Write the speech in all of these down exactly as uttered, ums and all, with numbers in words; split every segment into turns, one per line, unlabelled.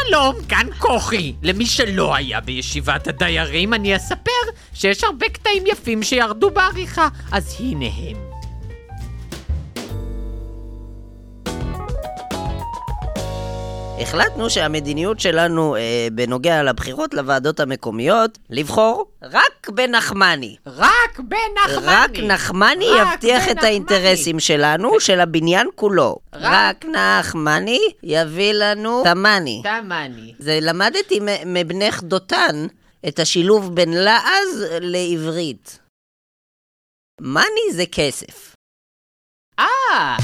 שלום, כאן כוכי. למי שלא היה בישיבת הדיירים, אני אספר שיש הרבה קטעים יפים שירדו בעריכה, אז הנה הם.
החלטנו שהמדיניות שלנו אה, בנוגע לבחירות לוועדות המקומיות, לבחור רק בנחמני.
רק בנחמני.
רק נחמני
רק
יבטיח
בנחמני.
את האינטרסים שלנו, של הבניין כולו. רק, רק נחמני יביא לנו תמני.
תמני.
זה למדתי מ- מבנך דותן את השילוב בין לעז לעברית. מני זה כסף.
אה!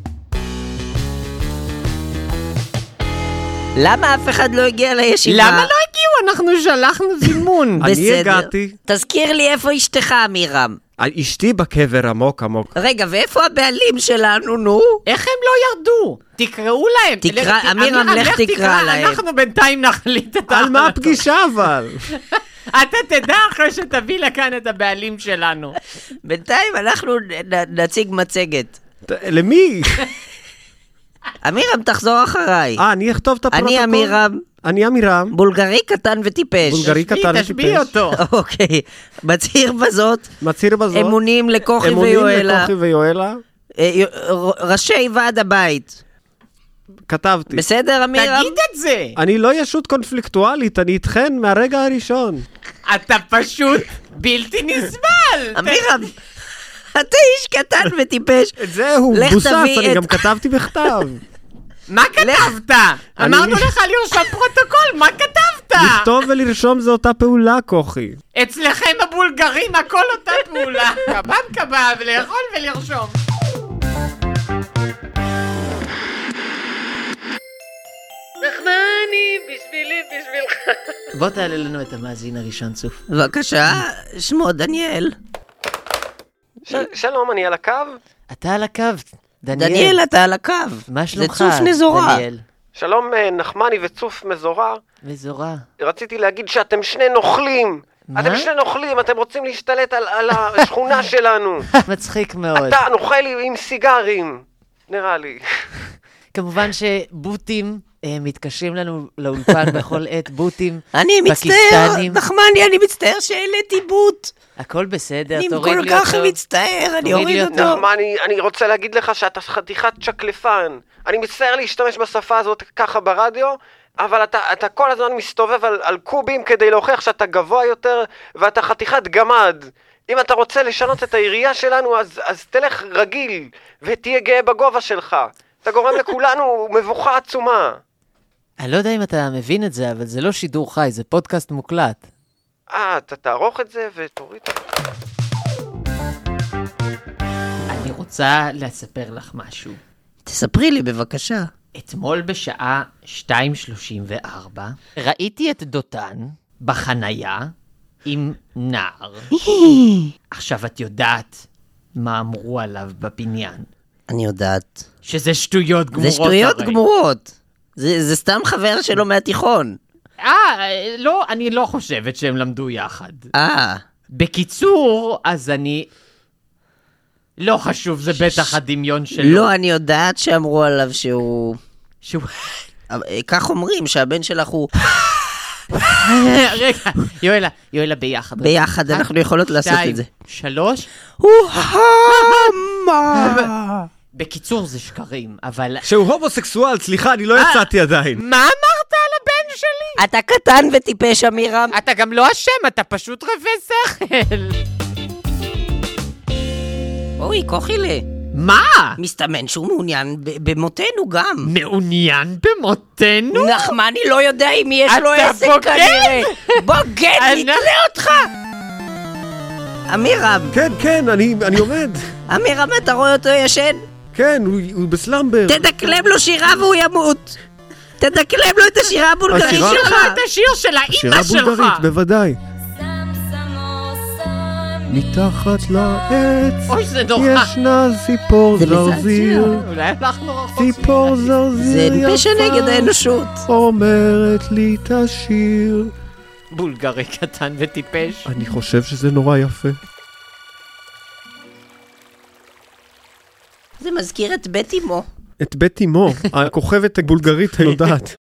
למה אף אחד לא הגיע לישיבה?
למה לא הגיעו? אנחנו שלחנו זימון.
אני הגעתי.
תזכיר לי איפה אשתך, אמירם.
אשתי בקבר עמוק עמוק.
רגע, ואיפה הבעלים שלנו, נו?
איך הם לא ירדו? תקראו להם.
תקרא, אמירם, לך תקרא להם.
אנחנו בינתיים נחליט את
על מה הפגישה אבל?
אתה תדע אחרי שתביא לכאן את הבעלים שלנו.
בינתיים אנחנו נ- נציג מצגת.
למי?
אמירם, תחזור אחריי.
אה, אני אכתוב את הפרוטוקול?
אני אמירם.
אני אמירם.
בולגרי קטן וטיפש.
בולגרי קטן וטיפש.
תשביע אותו.
אוקיי. מצהיר בזאת.
מצהיר בזאת.
אמונים לכוכי
אמונים
ויואלה.
לכוכי ויואלה.
אה, ר- ראשי ועד הבית.
כתבתי.
בסדר, אמירם?
תגיד את זה.
אני לא ישות קונפליקטואלית, אני איתכן מהרגע הראשון.
אתה פשוט בלתי נסבל.
אמירם, אתה איש קטן וטיפש.
זהו,
לך
בוסס,
תביא
אני
את-
גם כתבתי בכתב.
מה כתבת? אמרנו לך לרשום פרוטוקול, מה כתבת?
לכתוב ולרשום זה אותה פעולה, כוכי.
אצלכם הבולגרים הכל אותה פעולה. קבב קבב, לאכול ולרשום. נחמני, בשבילי, בשבילך. בוא תעלה לנו את המאזין הראשון, צוף.
בבקשה, שמו דניאל.
שלום, אני על הקו?
אתה על הקו, דניאל.
דניאל, אתה על הקו.
מה שלומך,
זה צוף נזורה.
דניאל?
שלום, נחמני וצוף מזורה.
מזורה.
רציתי להגיד שאתם שני נוכלים.
מה?
אתם שני נוכלים, אתם רוצים להשתלט על, על השכונה שלנו.
מצחיק מאוד.
אתה נוכל עם סיגרים, נראה לי.
כמובן שבוטים אה, מתקשרים לנו לאולפן בכל עת, בוטים
אני מצטער,
פקיסטנים.
נחמני, אני מצטער שהעליתי בוט.
הכל בסדר,
אני
תוריד
כל
לי
כך
אותו.
מצטער, אני
תוריד לי
אוריד
אותו.
אותו.
נחמני, אני רוצה להגיד לך שאתה חתיכת שקלפן. אני מצטער להשתמש בשפה הזאת ככה ברדיו, אבל אתה, אתה כל הזמן מסתובב על, על קובים כדי להוכיח שאתה גבוה יותר, ואתה חתיכת גמד. אם אתה רוצה לשנות את העירייה שלנו, אז, אז תלך רגיל, ותהיה גאה בגובה שלך. אתה גורם לכולנו מבוכה עצומה.
אני לא יודע אם אתה מבין את זה, אבל זה לא שידור חי, זה פודקאסט מוקלט.
אה, אתה תערוך את זה ותוריד.
אני רוצה לספר לך משהו.
תספרי לי בבקשה.
אתמול בשעה שתיים שלושים וארבע ראיתי את דותן בחנייה עם נער. עכשיו את יודעת מה אמרו עליו בבניין.
אני יודעת.
שזה שטויות גמורות.
זה שטויות
הרי.
גמורות. זה, זה סתם חבר שלו מהתיכון.
אה, לא, אני לא חושבת שהם למדו יחד.
אה.
בקיצור, אז אני... לא חשוב, זה בטח הדמיון שלו.
לא, אני יודעת שאמרו עליו שהוא...
שהוא...
כך אומרים, שהבן שלך הוא...
רגע, יואלה, יואלה ביחד.
ביחד, אנחנו יכולות לעשות את זה.
שלוש.
הוא המה.
בקיצור, זה שקרים, אבל...
שהוא הומוסקסואל, סליחה, אני לא יצאתי עדיין.
מה אמרת על הבן שלי?
אתה קטן וטיפש, אמירם.
אתה גם לא אשם, אתה פשוט רווה שכל.
אוי, כוכילה.
מה?
מסתמן שהוא מעוניין ב- במותנו גם.
מעוניין במותנו?
נחמני לא יודע אם יש לו
אתה
עסק
בוגד?
כנראה. בוגד,
אני-
נתלה אותך. אמירם,
כן, כן, אני, אני עומד.
אמירם, אתה רואה אותו ישן?
כן, הוא, הוא בסלמבר.
תדקלם לו שירה והוא ימות. תדקלם לו את השירה הבולגרית
השירה-
שלך.
את השיר של האמא שלך.
שירה בולגרית, בוודאי. מתחת לעץ
אוי, זה נורא.
ישנה ציפור
זה מזעזע.
זרזיר,
אולי הלכנו רחוק.
ציפור
זה
זרזיר
פשע נגד האנושות.
אומרת לי תשיר.
בולגרי קטן וטיפש.
אני חושב שזה נורא יפה.
זה מזכיר את בית אמו.
את בית אמו, הכוכבת הבולגרית היודעת.